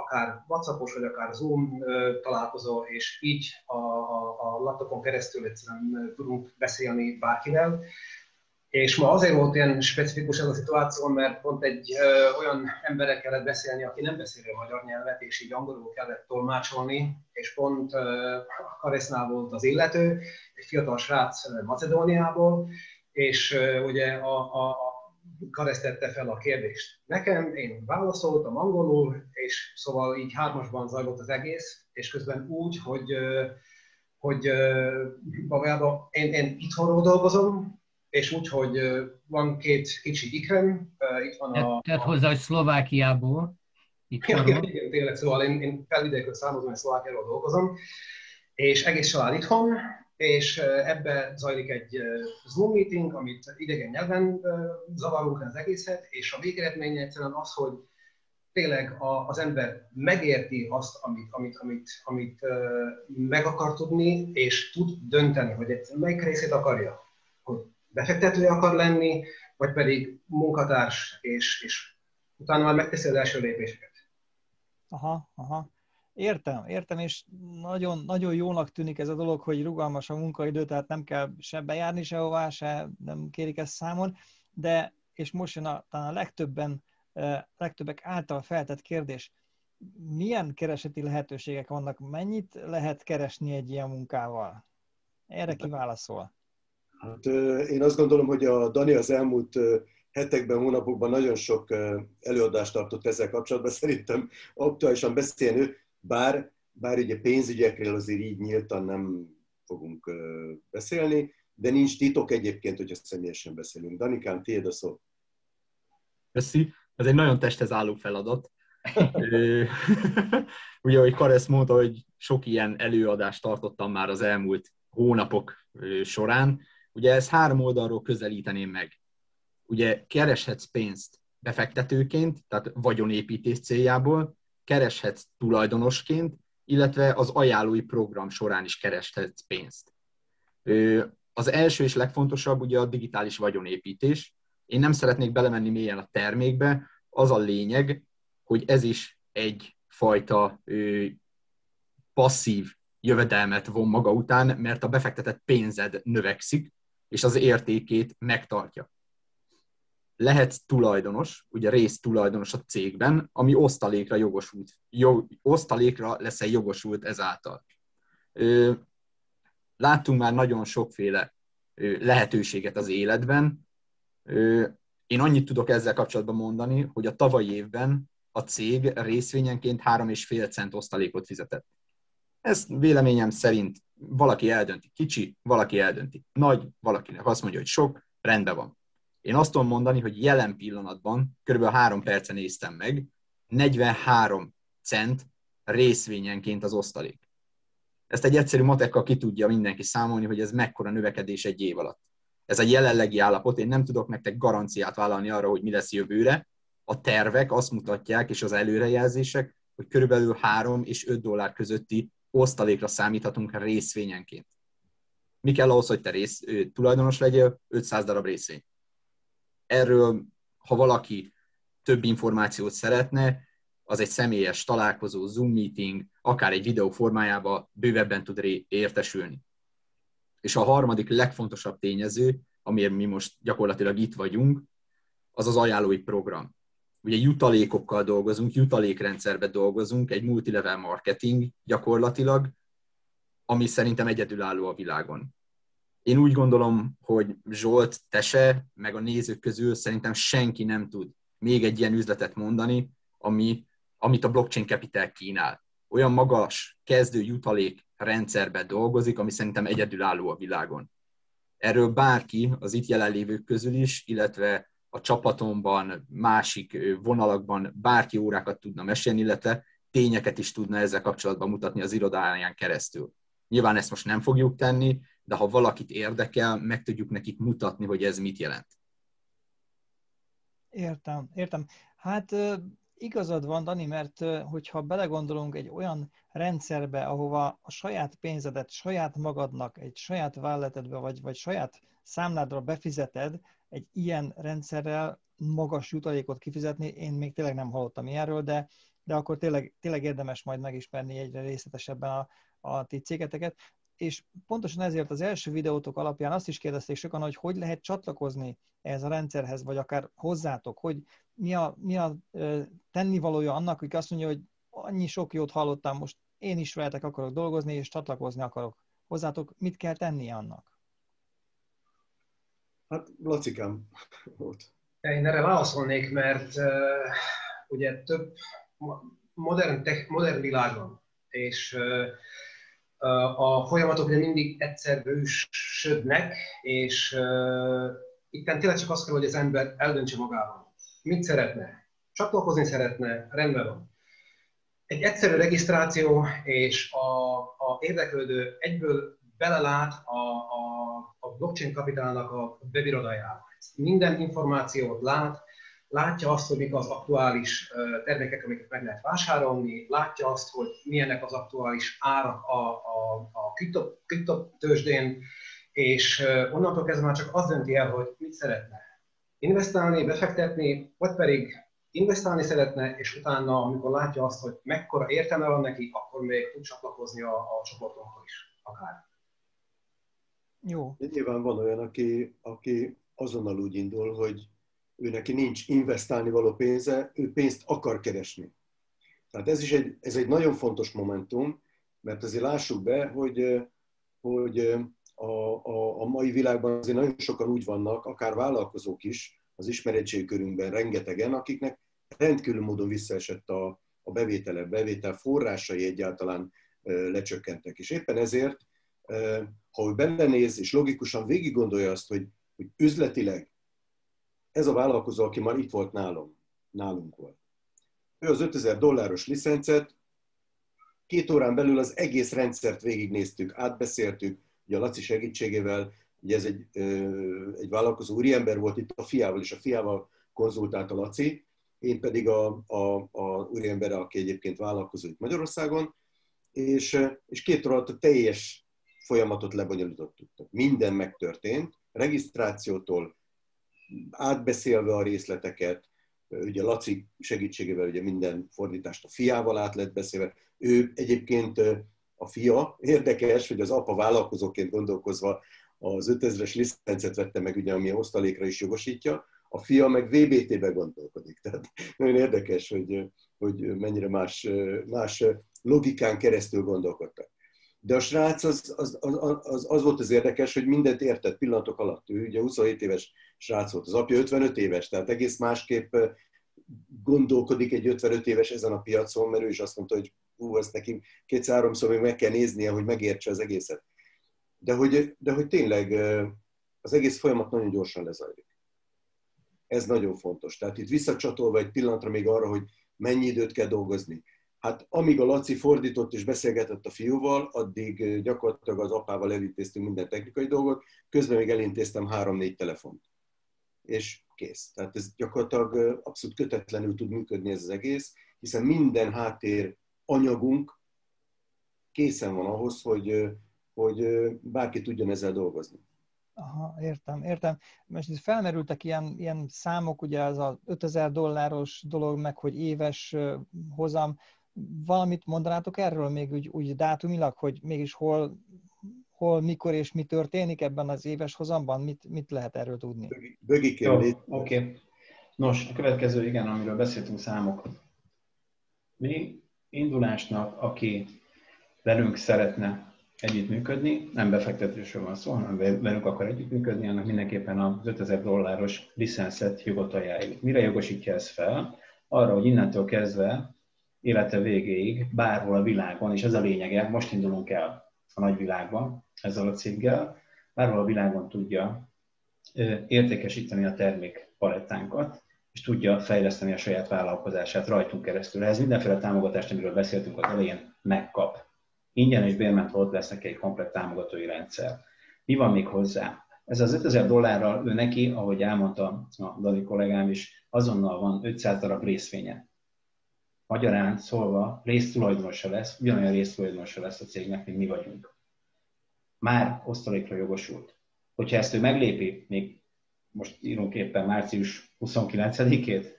[SPEAKER 5] akár WhatsAppos, vagy akár Zoom találkozó, és így a laptopon keresztül egyszerűen tudunk beszélni bárkivel. És ma azért volt ilyen specifikus ez a szituáció, mert pont egy olyan emberrel kellett beszélni, aki nem beszéli a magyar nyelvet, és így angolul kellett tolmácsolni, és pont Karesznál volt az illető, egy fiatal srác Macedóniából, és ugye a Karesz tette fel a kérdést nekem, én válaszoltam angolul, és szóval így hármasban zajlott az egész, és közben úgy, hogy valójában én itthonról dolgozom, és úgy, hogy van két kicsi ikrem, itt van a...
[SPEAKER 4] Tehát hozzá, hogy Szlovákiából.
[SPEAKER 5] Igen, tényleg, szóval én felvidékről származom, és Szlovákiáról dolgozom, és egész család itthon, és ebbe zajlik egy Zoom meeting, amit idegen nyelven zavarunk az egészet, és a végeredménye egyszerűen az, hogy tényleg az ember megérti azt, amit meg akar tudni, és tud dönteni, hogy melyik részét akarja, hogy befektető akar lenni, vagy pedig munkatárs, és utána már megteszi az első lépéseket.
[SPEAKER 1] Aha. Értem, és nagyon, nagyon jónak tűnik ez a dolog, hogy rugalmas a munkaidő, tehát nem kell se bejárni sehová, se nem kérik ezt számon, de, és most jön talán a legtöbbek által feltett kérdés, milyen kereseti lehetőségek vannak, mennyit lehet keresni egy ilyen munkával? Erre ki válaszol?
[SPEAKER 3] Hát, én azt gondolom, hogy a Dani az elmúlt hetekben, hónapokban nagyon sok előadást tartott ezzel kapcsolatban, szerintem aktuálisan beszélni, bár ugye pénzügyekről azért így nyíltan nem fogunk beszélni, de nincs titok egyébként, hogyha személyesen beszélünk. Danikám, tiéd a szó.
[SPEAKER 6] Köszi. Ez egy nagyon testhez álló feladat. Ugye, ahogy Karesz mondta, hogy sok ilyen előadást tartottam már az elmúlt hónapok során. Ugye ezt 3 oldalról közelíteném meg. Ugye kereshetsz pénzt befektetőként, tehát vagyonépítés céljából, kereshetsz tulajdonosként, illetve az ajánlói program során is kereshetsz pénzt. Az első és legfontosabb ugye a digitális vagyonépítés. Én nem szeretnék belemenni mélyen a termékbe, az a lényeg, hogy ez is egyfajta passzív jövedelmet von maga után, mert a befektetett pénzed növekszik, és az értékét megtartja. Lehetsz tulajdonos, ugye résztulajdonos a cégben, ami osztalékra leszel jogosult ezáltal. Láttunk már nagyon sokféle lehetőséget az életben. Én annyit tudok ezzel kapcsolatban mondani, hogy a tavalyi évben a cég részvényenként 3,5 cent osztalékot fizetett. Ez véleményem szerint valaki eldönti kicsi, valaki eldönti nagy, valakinek azt mondja, hogy sok, rendben van. Én azt tudom mondani, hogy jelen pillanatban, kb. 3 percen néztem meg, 43 cent részvényenként az osztalék. Ezt egy egyszerű matekkal ki tudja mindenki számolni, hogy ez mekkora növekedés egy év alatt. Ez a jelenlegi állapot, én nem tudok nektek garanciát vállalni arra, hogy mi lesz jövőre. A tervek azt mutatják, és az előrejelzések, hogy körülbelül 3 és 5 dollár közötti osztalékra számíthatunk részvényenként. Mi kell ahhoz, hogy te tulajdonos legyél? 500 darab részvény. Erről, ha valaki több információt szeretne, az egy személyes találkozó, Zoom meeting, akár egy videó formájában bővebben tud értesülni. És a harmadik legfontosabb tényező, amiért mi most gyakorlatilag itt vagyunk, az az ajánlói program. Ugye jutalékokkal dolgozunk, jutalékrendszerben dolgozunk, egy multilevel marketing gyakorlatilag, ami szerintem egyedülálló a világon. Én úgy gondolom, hogy Zsolt, te se, meg a nézők közül szerintem senki nem tud még egy ilyen üzletet mondani, amit a Blockchain Capital kínál. Olyan magas kezdő jutalék rendszerben dolgozik, ami szerintem egyedülálló a világon. Erről bárki az itt jelenlévők közül is, illetve a csapatomban, másik vonalakban bárki órákat tudna mesélni, illetve tényeket is tudna ezzel kapcsolatban mutatni az irodáján keresztül. Nyilván ezt most nem fogjuk tenni, de ha valakit érdekel, meg tudjuk nekik mutatni, hogy ez mit jelent.
[SPEAKER 1] Értem. Hát igazad van, Dani, mert hogyha belegondolunk egy olyan rendszerbe, ahova a saját pénzedet saját magadnak, egy saját vállalatedbe, vagy saját számládra befizeted, egy ilyen rendszerrel magas jutalékot kifizetni, én még tényleg nem hallottam ilyenről, de de akkor tényleg érdemes majd megismerni egyre részletesebben a ti cégeteket. És pontosan ezért az első videótok alapján azt is kérdezték sokan, hogy lehet csatlakozni ehhez a rendszerhez, vagy akár hozzátok, hogy mi a tennivalója annak, hogy azt mondja, hogy annyi sok jót hallottam, most én is veletek akarok dolgozni, és csatlakozni akarok hozzátok, mit kell tennie annak?
[SPEAKER 3] Hát Lacikám volt.
[SPEAKER 5] Én erre válaszolnék, mert ugye több modern világban, és a folyamatok ugye mindig egyszer bősödnek, és itt tényleg csak azt kell, hogy az ember eldöntse magában. Mit szeretne? Csatlakozni szeretne? Rendben van. Egy egyszerű regisztráció, és a érdeklődő egyből belelát a blockchain kapitálnak a webirodájába. Minden információt látja azt, hogy mik az aktuális termékek, amiket meg lehet vásárolni, látja azt, hogy milyenek az aktuális árak a kriptotőzsdén, és onnantól kezdve már csak azt dönti el, hogy mit szeretne. Investálni, befektetni, vagy pedig investálni szeretne, és utána, amikor látja azt, hogy mekkora értelme van neki, akkor még tud csatlakozni a csoportunkhoz is, akár.
[SPEAKER 1] Jó.
[SPEAKER 3] De nyilván van olyan, aki azonnal úgy indul, hogy ő neki nincs investálni való pénze, ő pénzt akar keresni. Tehát ez egy nagyon fontos momentum, mert azért lássuk be, hogy a mai világban azért nagyon sokan úgy vannak, akár vállalkozók is, az ismeretségkörünkben rengetegen, akiknek rendkívül módon visszaesett a bevétel forrásai egyáltalán lecsökkentek. És éppen ezért, ha ő belenéz és logikusan végig gondolja azt, hogy üzletileg ez a vállalkozó, aki már itt volt nálunk volt. Ő az $5000 licencet, 2 órán belül az egész rendszert végignéztük, átbeszéltük, ugye a Laci segítségével, ugye ez egy vállalkozó úriember volt itt a fiával, és a fiával konzultált a Laci, én pedig a úriember, aki egyébként vállalkozó itt Magyarországon, és 2 óra alatt a teljes folyamatot lebonyolítottuk. Minden megtörtént, regisztrációtól átbeszélve a részleteket, ugye Laci segítségével ugye minden fordítást a fiával át lett beszélve. Ő egyébként a fia, érdekes, hogy az apa vállalkozóként gondolkozva az 5000-es licencet vette meg, ugye, ami osztalékra is jogosítja, a fia meg VBT-be gondolkodik. Tehát nagyon érdekes, hogy mennyire más logikán keresztül gondolkodtak. De a srác az volt az érdekes, hogy mindent értett pillanatok alatt. Ő ugye 27 éves srác volt, az apja 55 éves, tehát egész másképp gondolkodik egy 55 éves ezen a piacon, mert ő is azt mondta, hogy ezt neki 2-3-szor még meg kell néznie, hogy megértse az egészet. De hogy tényleg az egész folyamat nagyon gyorsan lezajlik. Ez nagyon fontos. Tehát itt visszacsatolva egy pillanatra még arra, hogy mennyi időt kell dolgozni. Hát amíg a Laci fordított és beszélgetett a fiúval, addig gyakorlatilag az apával elintéztünk minden technikai dolgot, közben még elintéztem 3-4 telefont. És kész. Tehát ez gyakorlatilag abszolút kötetlenül tud működni ez az egész, hiszen minden háttér anyagunk készen van ahhoz, hogy bárki tudjon ezzel dolgozni.
[SPEAKER 1] Aha, értem. Most itt felmerültek ilyen számok, ugye az a $5000 dolog, meg hogy éves hozam. Valamit mondanátok erről még úgy dátumilag, hogy mégis hol, mikor és mi történik ebben az éves hozamban? Mit lehet erről tudni?
[SPEAKER 2] Oké. Nos, a következő, igen, amiről beszéltünk, számok. Mi indulásnak, aki velünk szeretne együttműködni, nem befektetésről van szó, hanem velünk akar együttműködni, annak mindenképpen az $5000 licenszet jogot ajánljuk. Mire jogosítja ez fel? Arra, hogy innentől kezdve élete végéig, bárhol a világon, és ez a lényege, most indulunk el a nagyvilágban ezzel a céggel, bárhol a világon tudja értékesíteni a termékpalettánkat, és tudja fejleszteni a saját vállalkozását rajtunk keresztül. Ez mindenféle támogatást, amiről beszéltünk az elején, megkap. Ingyen és bérmentve ott lesz neki egy komplett támogatói rendszer. Mi van még hozzá? Ez az $5000 ő neki, ahogy elmondta a Dani kollégám is, azonnal van 500 darab részvénye. Magyarán szólva résztulajdonosa lesz, ugyanolyan résztulajdonosa lesz a cégnek, mint mi vagyunk. Már osztalékra jogosult. Hogyha ezt ő meglépi, még most írunk éppen március 29-ét,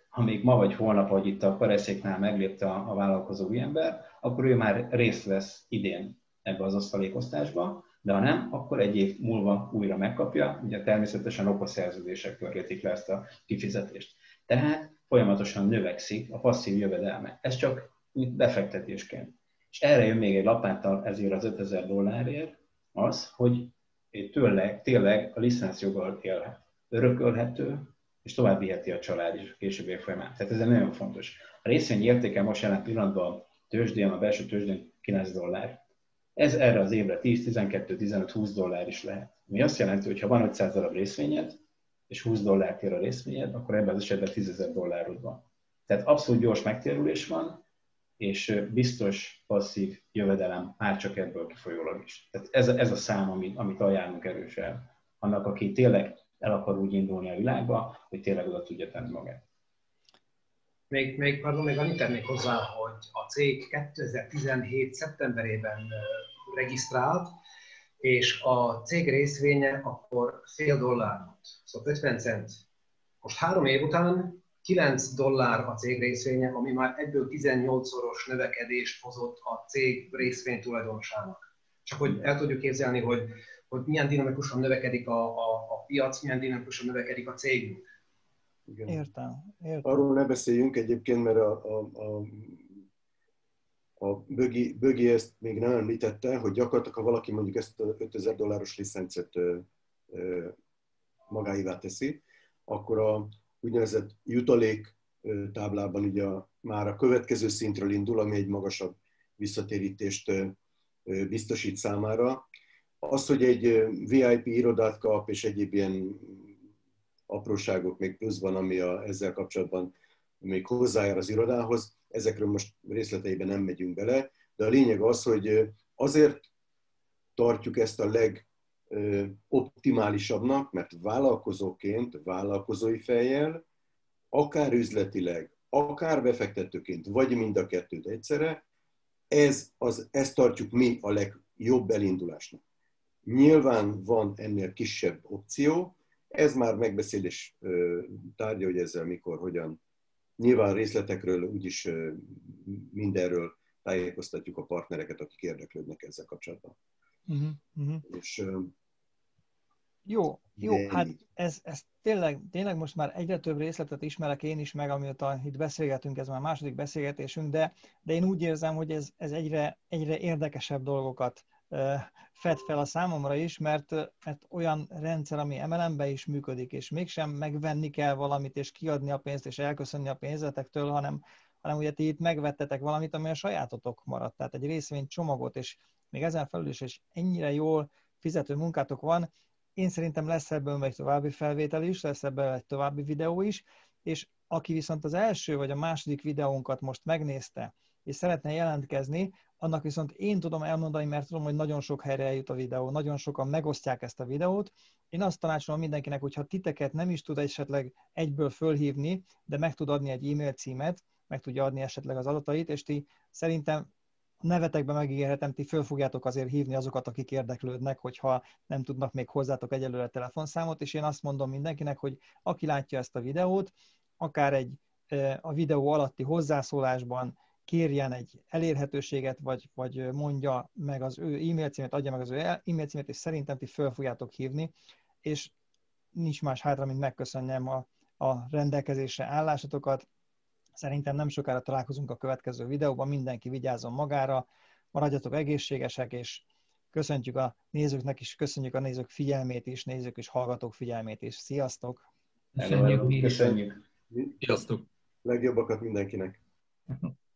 [SPEAKER 2] ha még ma vagy holnap, hogy itt a Kareszéknál meglépte a vállalkozó új ember, akkor ő már részt vesz idén ebbe az osztalékosztásba, de ha nem, akkor egy év múlva újra megkapja, ugye természetesen okos szerződések körítik le ezt a kifizetést. Tehát folyamatosan növekszik a passzív jövedelme. Ez csak befektetésként. És erre jön még egy lapáttal ezért az $5000 az, hogy tényleg a licencjoggal élhet. Örökölhető, és tovább viheti a család is a későbbiek folyamán. Tehát ez nagyon fontos. A részvény értéke most jelen pillanatban a tőzsdén, a belső tőzsdén $9. Ez erre az évre 10, 12, 15, $20 is lehet. Ami azt jelenti, hogy ha van 500 darab részvényed, és $20 ér a részvényed, akkor ebben az esetben $10,000 van. Tehát abszolút gyors megtérülés van, és biztos passzív jövedelem már csak ebből kifolyólag is. Tehát ez a szám, amit ajánlunk erősen annak, aki tényleg el akar úgy indulni a világba, hogy tényleg oda tudja tenni magát.
[SPEAKER 5] Még annyit tennék hozzá, hogy a cég 2017. szeptemberében regisztrált, és a cég részvénye akkor $0,5 volt, szóval 50 cent. Most 3 év után $9 a cég részvénye, ami már egyből 18-szoros növekedést hozott a cég részvény tulajdonosának. Csak hogy el tudjuk képzelni, hogy milyen dinamikusan növekedik a piac, milyen dinamikusan növekedik a cégünk.
[SPEAKER 3] Igen.
[SPEAKER 1] Értem.
[SPEAKER 3] Arról ne beszéljünk egyébként, mert a Bögi ezt még nem említette, hogy gyakorlatilag, ha valaki mondjuk ezt a $5000 licencet magáévá teszi, akkor a úgynevezett jutalék táblában ugye már a következő szintről indul, ami egy magasabb visszatérítést biztosít számára. Az, hogy egy VIP irodát kap, és egyéb ilyen apróságok még pluszban, ami ezzel kapcsolatban még hozzájár az irodához, ezekről most részleteiben nem megyünk bele, de a lényeg az, hogy azért tartjuk ezt a legoptimálisabbnak, mert vállalkozóként, vállalkozói fejjel, akár üzletileg, akár befektetőként, vagy mind a kettőt egyszerre, ezt tartjuk mi a legjobb elindulásnak. Nyilván van ennél kisebb opció, ez már megbeszélés tárgya, hogy ezzel mikor, hogyan. Nyilván részletekről úgyis mindenről tájékoztatjuk a partnereket, akik érdeklődnek ezzel kapcsolatban. És,
[SPEAKER 1] Jó, hát ez tényleg most már egyre több részletet ismerek én is meg, amióta itt beszélgetünk, ez már a második beszélgetésünk, de én úgy érzem, hogy ez egyre érdekesebb dolgokat fed fel a számomra is, mert olyan rendszer, ami MLM-ben is működik, és mégsem megvenni kell valamit, és kiadni a pénzt, és elköszönni a pénzetektől, hanem ugye ti itt megvettetek valamit, ami a sajátotok maradt, tehát egy részvénycsomagot, és még ezen felül is ennyire jól fizető munkátok van. Én szerintem lesz ebből egy további felvétel is, lesz ebből egy további videó is, és aki viszont az első vagy a második videónkat most megnézte, és szeretne jelentkezni, annak viszont én tudom elmondani, mert tudom, hogy nagyon sok helyre eljut a videó, nagyon sokan megosztják ezt a videót. Én azt tanácsolom mindenkinek, hogy ha titeket nem is tud esetleg egyből fölhívni, de meg tud adni egy e-mail címet, meg tudja adni esetleg az adatait, és ti szerintem a nevetekben megígérhetem, ti föl fogjátok azért hívni azokat, akik érdeklődnek, hogyha nem tudnak még hozzátok egyelőre telefonszámot, és én azt mondom mindenkinek, hogy aki látja ezt a videót, akár a videó alatti hozzászólásban kérjen egy elérhetőséget, vagy mondja meg az ő e-mail címet, adja meg az ő e-mail címet, és szerintem ti föl fogjátok hívni, és nincs más hátra, mint megköszönjem a rendelkezésre állásatokat. Szerintem nem sokára találkozunk a következő videóban, mindenki vigyázzon magára, maradjatok egészségesek, és köszöntjük a nézőknek is, köszönjük a nézők figyelmét is, nézők és hallgatók figyelmét is. Sziasztok!
[SPEAKER 4] Köszönjük!
[SPEAKER 2] Köszönjük!
[SPEAKER 6] Sziasztok!
[SPEAKER 3] Legjobbakat mindenkinek!